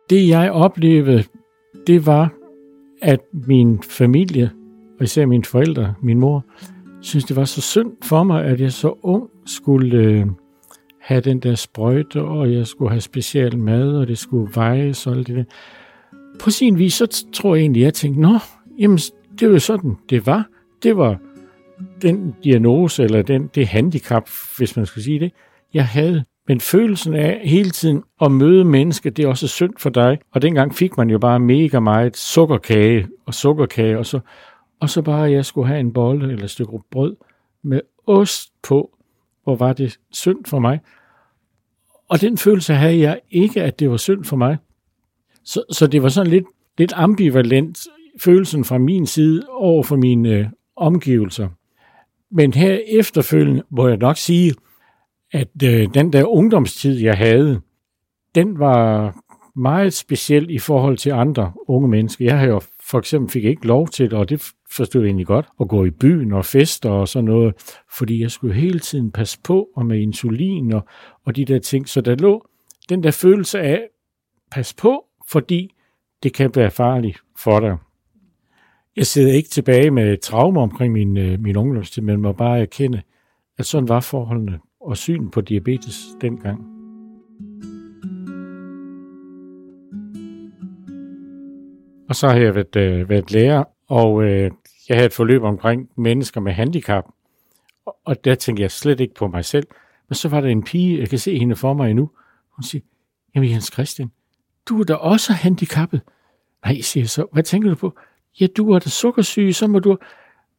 Det jeg oplevede, det var, at min familie, og især mine forældre, min mor, synes det var så synd for mig, at jeg så ung skulle have den der sprøjte, og jeg skulle have special mad, og det skulle vejes og alt det der. På sin vis, så tror jeg egentlig, at jeg tænkte, jamen, det var jo sådan, det var. Det var den diagnose, eller det handicap, hvis man skulle sige det, jeg havde. Men følelsen af hele tiden at møde mennesker, det er også synd for dig. Og dengang fik man jo bare mega meget sukkerkage, og så bare, at jeg skulle have en bolle eller et stykke brød med ost på, hvor var det synd for mig. Og den følelse havde jeg ikke, at det var synd for mig. Så det var sådan lidt ambivalent følelsen fra min side over for mine omgivelser. Men her efterfølgende må jeg nok sige, at den der ungdomstid, jeg havde, den var meget speciel i forhold til andre unge mennesker. Jeg havde jo for eksempel fik ikke lov til, og det forstod jeg egentlig godt, at gå i byen og fester og sådan noget, fordi jeg skulle hele tiden passe på, og med insulin og de der ting. Så der lå den der følelse af, pas på, fordi det kan være farligt for dig. Jeg sidder ikke tilbage med traumer omkring min ungdomstid, men må bare erkende, at sådan var forholdene og syn på diabetes dengang. Og så har jeg været lærer, og jeg havde et forløb omkring mennesker med handicap, og der tænkte jeg slet ikke på mig selv. Men så var der en pige, jeg kan se hende for mig endnu, hun siger, jamen Jens Christian, du er da også handicappet. Nej, siger jeg så, hvad tænker du på? Ja, du er da sukkersyg, så må du...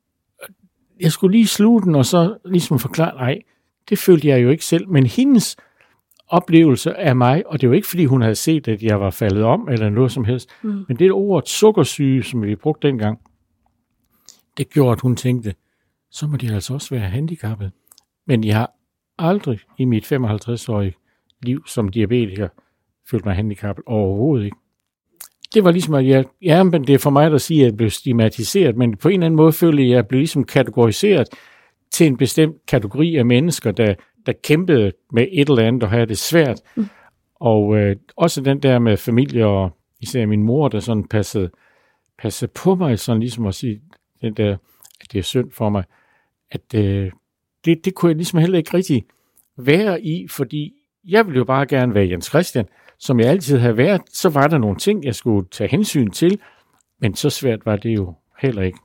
Jeg skulle lige sluge den, og så ligesom forklare, nej, det følte jeg jo ikke selv, men hendes oplevelse af mig, og det var ikke, fordi hun havde set, at jeg var faldet om, eller noget som helst, men det ord sukkersyge, som vi brugte dengang, det gjorde, at hun tænkte, så må de altså også være handicappet. Men jeg har aldrig i mit 55-årige liv som diabetiker følt mig handicappet overhovedet ikke. Det var ligesom, at men det er for mig, der siger, at jeg blev stigmatiseret, men på en eller anden måde følte jeg, at jeg blev ligesom kategoriseret til en bestemt kategori af mennesker, der kæmpede med et eller andet og havde det svært. Og også den der med familie, og især min mor, der sådan passede på mig, sådan ligesom at sige, den der, at det er synd for mig, at det kunne jeg ligesom heller ikke rigtig være i, fordi jeg ville jo bare gerne være Jens Christian, som jeg altid havde været. Så var der nogle ting, jeg skulle tage hensyn til, men så svært var det jo heller ikke.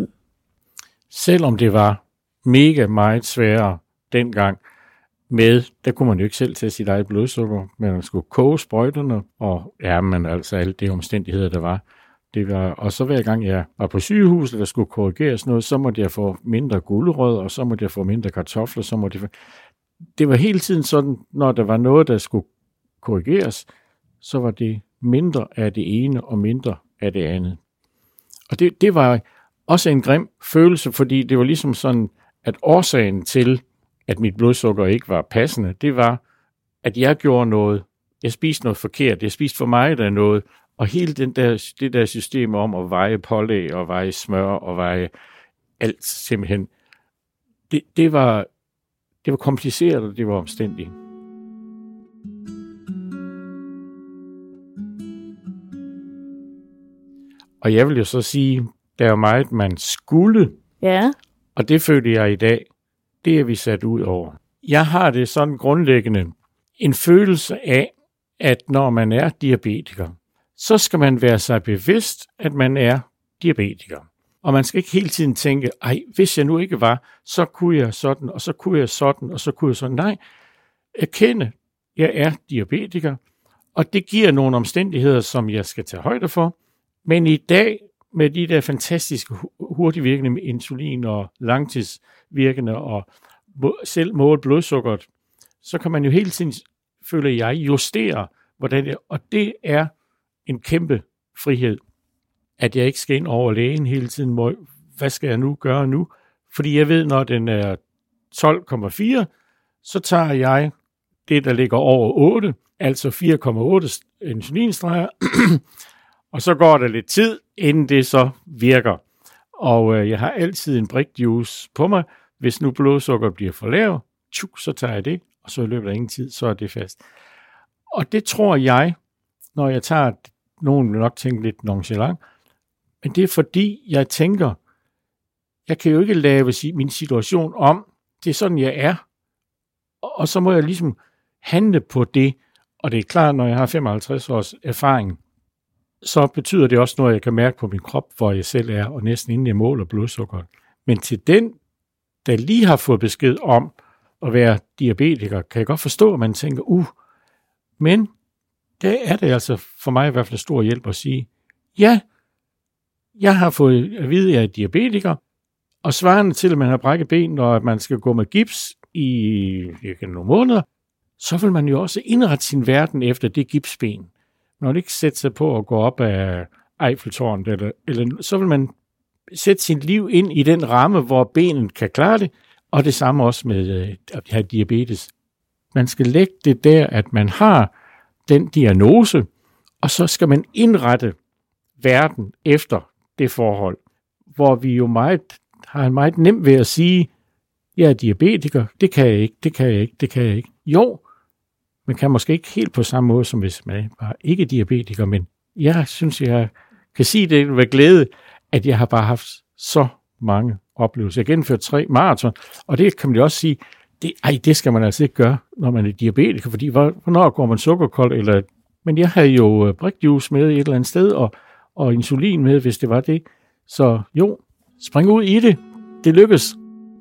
Selvom det var mega meget sværere dengang, der kunne man jo ikke selv tage sit eget blodsukker, men man skulle koge sprøjterne, og men altså alle de omstændigheder, der var. Og så hver gang jeg var på sygehuset, der skulle korrigeres noget, så måtte jeg få mindre gulerødder, og så måtte jeg få mindre kartofler, det var hele tiden sådan, når der var noget, der skulle korrigeres, så var det mindre af det ene og mindre af det andet. Og det var også en grim følelse, fordi det var ligesom sådan, at årsagen til, at mit blodsukker ikke var passende, det var, at jeg gjorde noget. Jeg spiste noget forkert. Jeg spiste for meget af noget. Og hele det der system om at veje pålæg og veje smør og veje alt simpelthen, det var kompliceret, og det var omstændigt. Og jeg vil jo så sige, der er meget, man skulle. Ja. Og det føler jeg i dag, det er vi sat ud over. Jeg har det sådan grundlæggende en følelse af, at når man er diabetiker, så skal man være sig bevidst, at man er diabetiker. Og man skal ikke hele tiden tænke, hvis jeg nu ikke var, så kunne jeg sådan, og så kunne jeg sådan, og så kunne jeg sådan. Nej, erkende, jeg er diabetiker, og det giver nogle omstændigheder, som jeg skal tage højde for. Men i dag, med de der fantastiske hurtigvirkende med insulin og langtidsvirkende og selv måle blodsukkeret, så kan man jo hele tiden, føler jeg, justere, hvordan det er. Og det er en kæmpe frihed, at jeg ikke skal ind over lægen hele tiden. Hvad skal jeg nu gøre nu? Fordi jeg ved, når den er 12,4, så tager jeg det, der ligger over 8, altså 4,8 insulinstreger, og så går der lidt tid, inden det så virker. Og jeg har altid en brikjuice på mig. Hvis nu blodsukker bliver for lav, så tager jeg det, og så løber der ingen tid, så er det fast. Og det tror jeg når jeg tager, nogen vil nok tænke lidt nonchalant, men det er fordi, jeg tænker, jeg kan jo ikke lave min situation om, det er sådan, jeg er, og så må jeg ligesom handle på det, og det er klart, når jeg har 55 års erfaring, så betyder det også noget, jeg kan mærke på min krop, hvor jeg selv er, og næsten inden jeg måler blodsukker. Men til den, der lige har fået besked om at være diabetiker, kan jeg godt forstå, at man tænker, men der er det altså for mig i hvert fald en stor hjælp at sige, ja, jeg har fået at vide, at jeg er diabetiker, og svarende til, at man har brækket ben, og at man skal gå med gips i nogle måneder, så vil man jo også indrette sin verden efter det gipsben. Man vil ikke sætte sig på at gå op af Eiffeltårnet, eller så vil man sætte sit liv ind i den ramme, hvor benet kan klare det, og det samme også med at have diabetes. Man skal lægge det der, at man har den diagnose, og så skal man indrette verden efter det forhold, hvor vi jo har en meget nemt ved at sige, jeg er diabetiker, det kan jeg ikke. Jo, man kan måske ikke helt på samme måde, som hvis man var ikke diabetiker, men jeg synes, jeg kan sige det med glæde, at jeg har bare haft så mange oplevelser. Jeg har gennemført 3 maraton, og det kan man jo også sige, det skal man altså ikke gøre, når man er diabetiker, fordi hvornår går man sukkerkold? Men jeg havde jo brikjuice med et eller andet sted, og insulin med, hvis det var det. Så jo, spring ud i det. Det lykkes.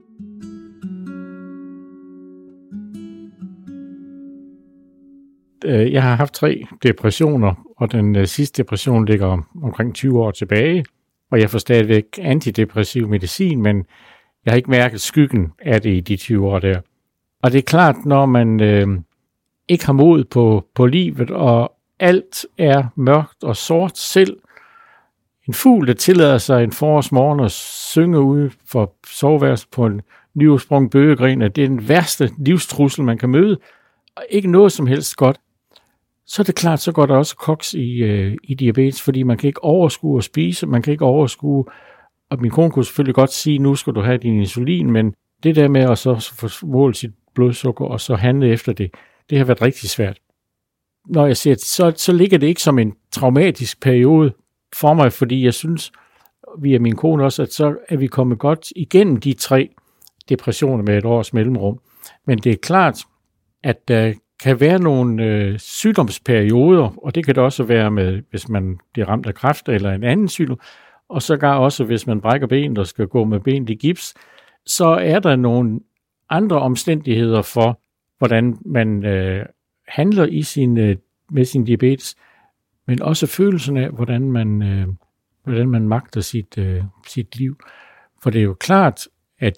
Jeg har haft 3 depressioner, og den sidste depression ligger omkring 20 år tilbage, og jeg får stadigvæk antidepressiv medicin, men jeg har ikke mærket skyggen af det i de 20 år der. Og det er klart, når man ikke har mod på livet, og alt er mørkt og sort selv. En fugl, der tillader sig en forårsmorgen at synge ude for soveværelset på en nyudsprunget bøgegren, at det er den værste livstrussel, man kan møde, og ikke noget som helst godt. Så er det klart, så går der også koks i diabetes, fordi man kan ikke overskue at spise, man kan ikke overskue, og min kone kunne selvfølgelig godt sige, nu skal du have din insulin, men det der med at så få målt sit blodsukker og så handle efter det, det har været rigtig svært. Når jeg siger, så ligger det ikke som en traumatisk periode for mig, fordi jeg synes, via min kone også, at så er vi kommet godt igennem de 3 depressioner med et års mellemrum. Men det er klart, at der kan være nogle sygdomsperioder, og det kan det også være med, hvis man bliver ramt af kræft eller en anden sygdom, og sågar også, hvis man brækker benet og skal gå med benet i gips, så er der nogle andre omstændigheder for, hvordan man handler med sin diabetes, men også følelsen af, hvordan man magter sit liv. For det er jo klart, at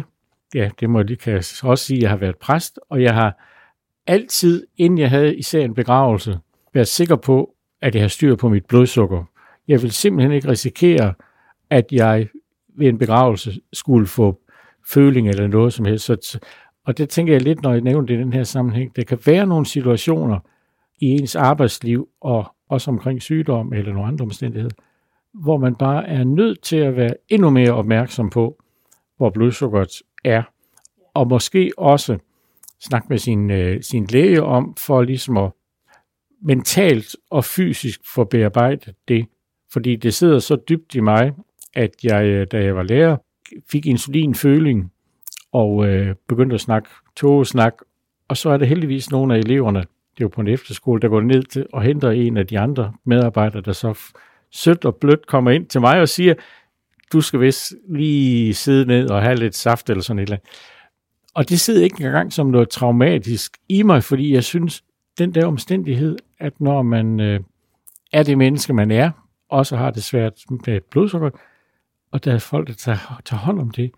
kan jeg også sige, at jeg har været præst, og jeg har altid, inden jeg havde især en begravelse, været sikker på, at jeg har styr på mit blodsukker. Jeg vil simpelthen ikke risikere, at jeg ved en begravelse skulle få føling eller noget som helst. Og det tænker jeg lidt, når jeg nævner det i den her sammenhæng. Der kan være nogle situationer i ens arbejdsliv, og også omkring sygdom eller nogle andre omstændigheder, hvor man bare er nødt til at være endnu mere opmærksom på, hvor blodsukkeret er. Og måske også snakke med sin læge om, for ligesom at mentalt og fysisk få bearbejdet det. Fordi det sidder så dybt i mig, at jeg, da jeg var lærer, fik insulinføling og begyndte at snakke togesnak. Og så er der heldigvis nogle af eleverne, det er jo på en efterskole, der går ned til og henter en af de andre medarbejdere, der så sødt og blødt kommer ind til mig og siger, du skal vist lige sidde ned og have lidt saft eller sådan et eller andet. Og det sidder ikke engang som noget traumatisk i mig, fordi jeg synes, den der omstændighed, at når man er det menneske, man er, også har det svært med blodsukker, og der er folk, der tager hånd om det,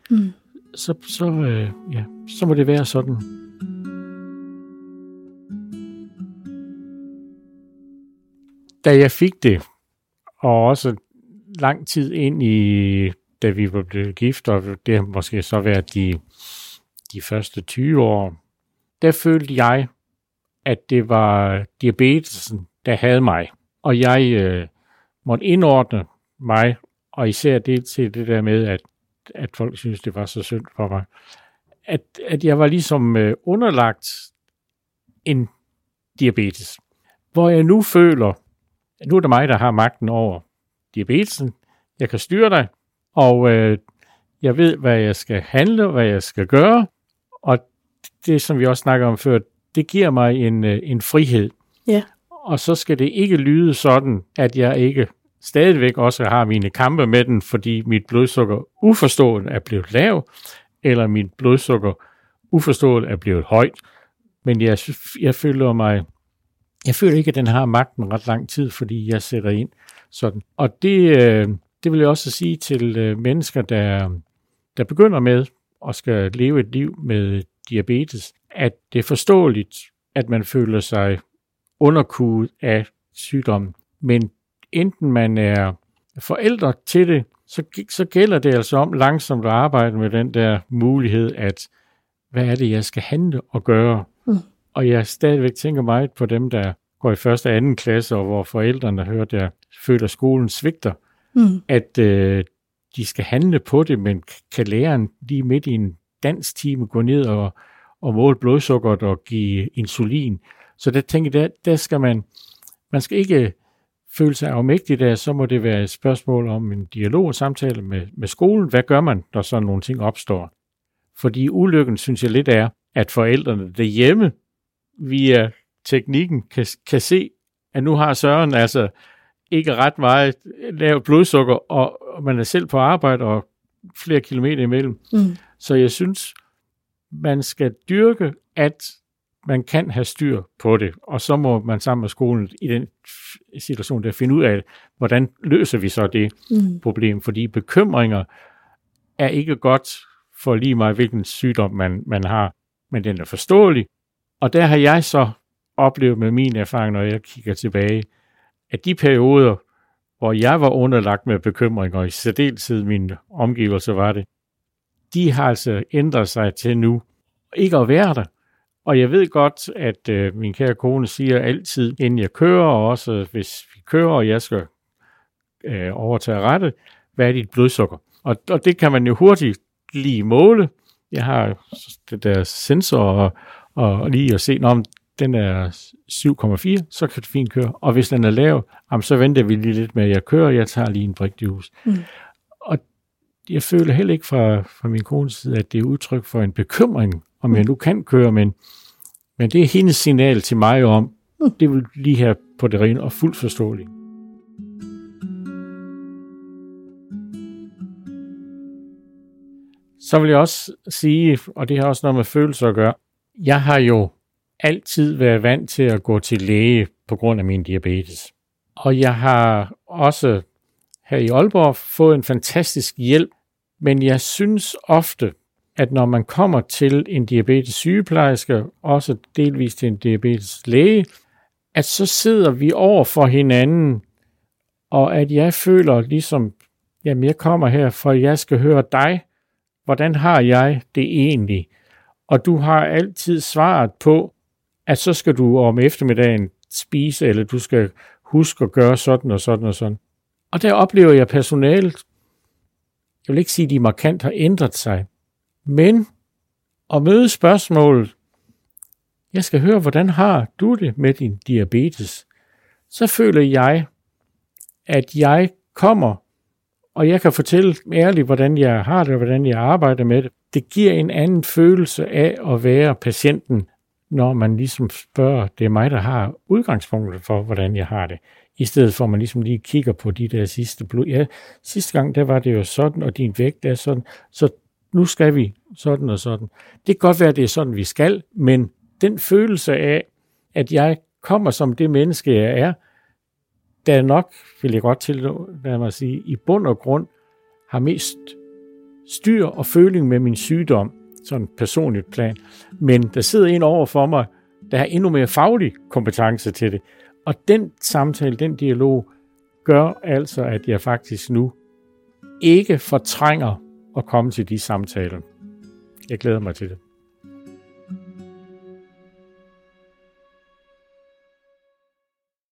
så må det være sådan. Da jeg fik det, og også lang tid ind i, da vi var blevet gift, og det har måske så været de første 20 år, der følte jeg, at det var diabetesen, der havde mig. Og jeg måtte indordne mig, og især det til det der med, at folk synes, det var så synd for mig. At jeg var ligesom underlagt en diabetes. Hvor jeg nu føler, nu er det mig, der har magten over diabetesen. Jeg kan styre dig, og jeg ved, hvad jeg skal handle, hvad jeg skal gøre. Og det, som vi også snakker om før, det giver mig en frihed. Ja. Og så skal det ikke lyde sådan, at jeg ikke stadigvæk også har mine kampe med den, fordi mit blodsukker uforståeligt er blevet lav, eller mit blodsukker uforståeligt er blevet højt. Men jeg føler ikke, at den har magten ret lang tid, fordi jeg sætter ind sådan. Og det vil jeg også sige til mennesker, der begynder med og skal leve et liv med diabetes, at det er forståeligt, at man føler sig underkuet af sygdommen. Men enten man er forældre til det, så gælder det altså om langsomt at arbejde med den der mulighed, at hvad er det, jeg skal handle og gøre? Og jeg stadigvæk tænker meget på dem, der går i første og anden klasse, og hvor forældrene føler, at skolen svigter, at de skal handle på det, men kan læreren lige midt i en danstime gå ned og måle blodsukkeret og give insulin. Så der tænker jeg, der skal man skal ikke føle sig afmægtig der, så må det være et spørgsmål om en dialog og samtale med skolen. Hvad gør man, når sådan nogle ting opstår? Fordi ulykken, synes jeg lidt er, at forældrene derhjemme via teknikken kan se, at nu har Søren altså ikke ret meget lavt blodsukker, og man er selv på arbejde og flere kilometer imellem. Så jeg synes, man skal dyrke, at man kan have styr på det, og så må man sammen med skolen i den situation der finde ud af, hvordan løser vi så det problem, fordi bekymringer er ikke godt for lige meget, hvilken sygdom man har, men den er forståelig, og der har jeg så oplevet med min erfaring, når jeg kigger tilbage, at de perioder, hvor jeg var underlagt med bekymringer, og i særdeleshed mine omgivelser var det, de har altså ændret sig til nu ikke at være der. Og jeg ved godt, at min kære kone siger altid, inden jeg kører, og også hvis vi kører, og jeg skal overtage rette, hvad er dit blodsukker? Og det kan man jo hurtigt lige måle. Jeg har det der sensor, og lige at se, om den er 7,4, så kan det fint køre. Og hvis den er lav, så venter vi lige lidt med, at jeg kører, og jeg tager lige en brigtjuice. Og jeg føler heller ikke fra min kones side, at det er udtryk for en bekymring, om jeg nu kan køre, men det er hendes signal til mig om, det vil lige her på det rene og fuldt forståeligt. Så vil jeg også sige, og det har også noget med følelser at gøre, jeg har jo altid været vant til at gå til læge på grund af min diabetes. Og jeg har også her i Aalborg fået en fantastisk hjælp, men jeg synes ofte, at når man kommer til en diabetes sygeplejerske, også delvis til en diabetes læge, at så sidder vi over for hinanden, og at jeg føler ligesom, jamen jeg kommer her, for jeg skal høre dig, hvordan har jeg det egentlig? Og du har altid svaret på, at så skal du om eftermiddagen spise, eller du skal huske at gøre sådan og sådan og sådan. Og der oplever jeg personalet, jeg vil ikke sige, at de markant har ændret sig, men at møde spørgsmålet, jeg skal høre, hvordan har du det med din diabetes? Så føler jeg, at jeg kommer, og jeg kan fortælle ærligt, hvordan jeg har det, og hvordan jeg arbejder med det. Det giver en anden følelse af at være patienten, når man ligesom spørger, det er mig, der har udgangspunktet for, hvordan jeg har det. I stedet for, at man ligesom lige kigger på de der sidste blod. Ja, sidste gang, der var det jo sådan, og din vægt er sådan, så nu skal vi sådan og sådan. Det kan godt være, at det er sådan, vi skal, men den følelse af, at jeg kommer som det menneske, jeg er, der nok, vil jeg godt lad mig sige, i bund og grund har mest styr og føling med min sygdom, sådan personligt plan. Men der sidder en over for mig, der har endnu mere faglig kompetence til det. Og den samtale, den dialog, gør altså, at jeg faktisk nu ikke fortrænger at komme til de samtaler. Jeg glæder mig til det.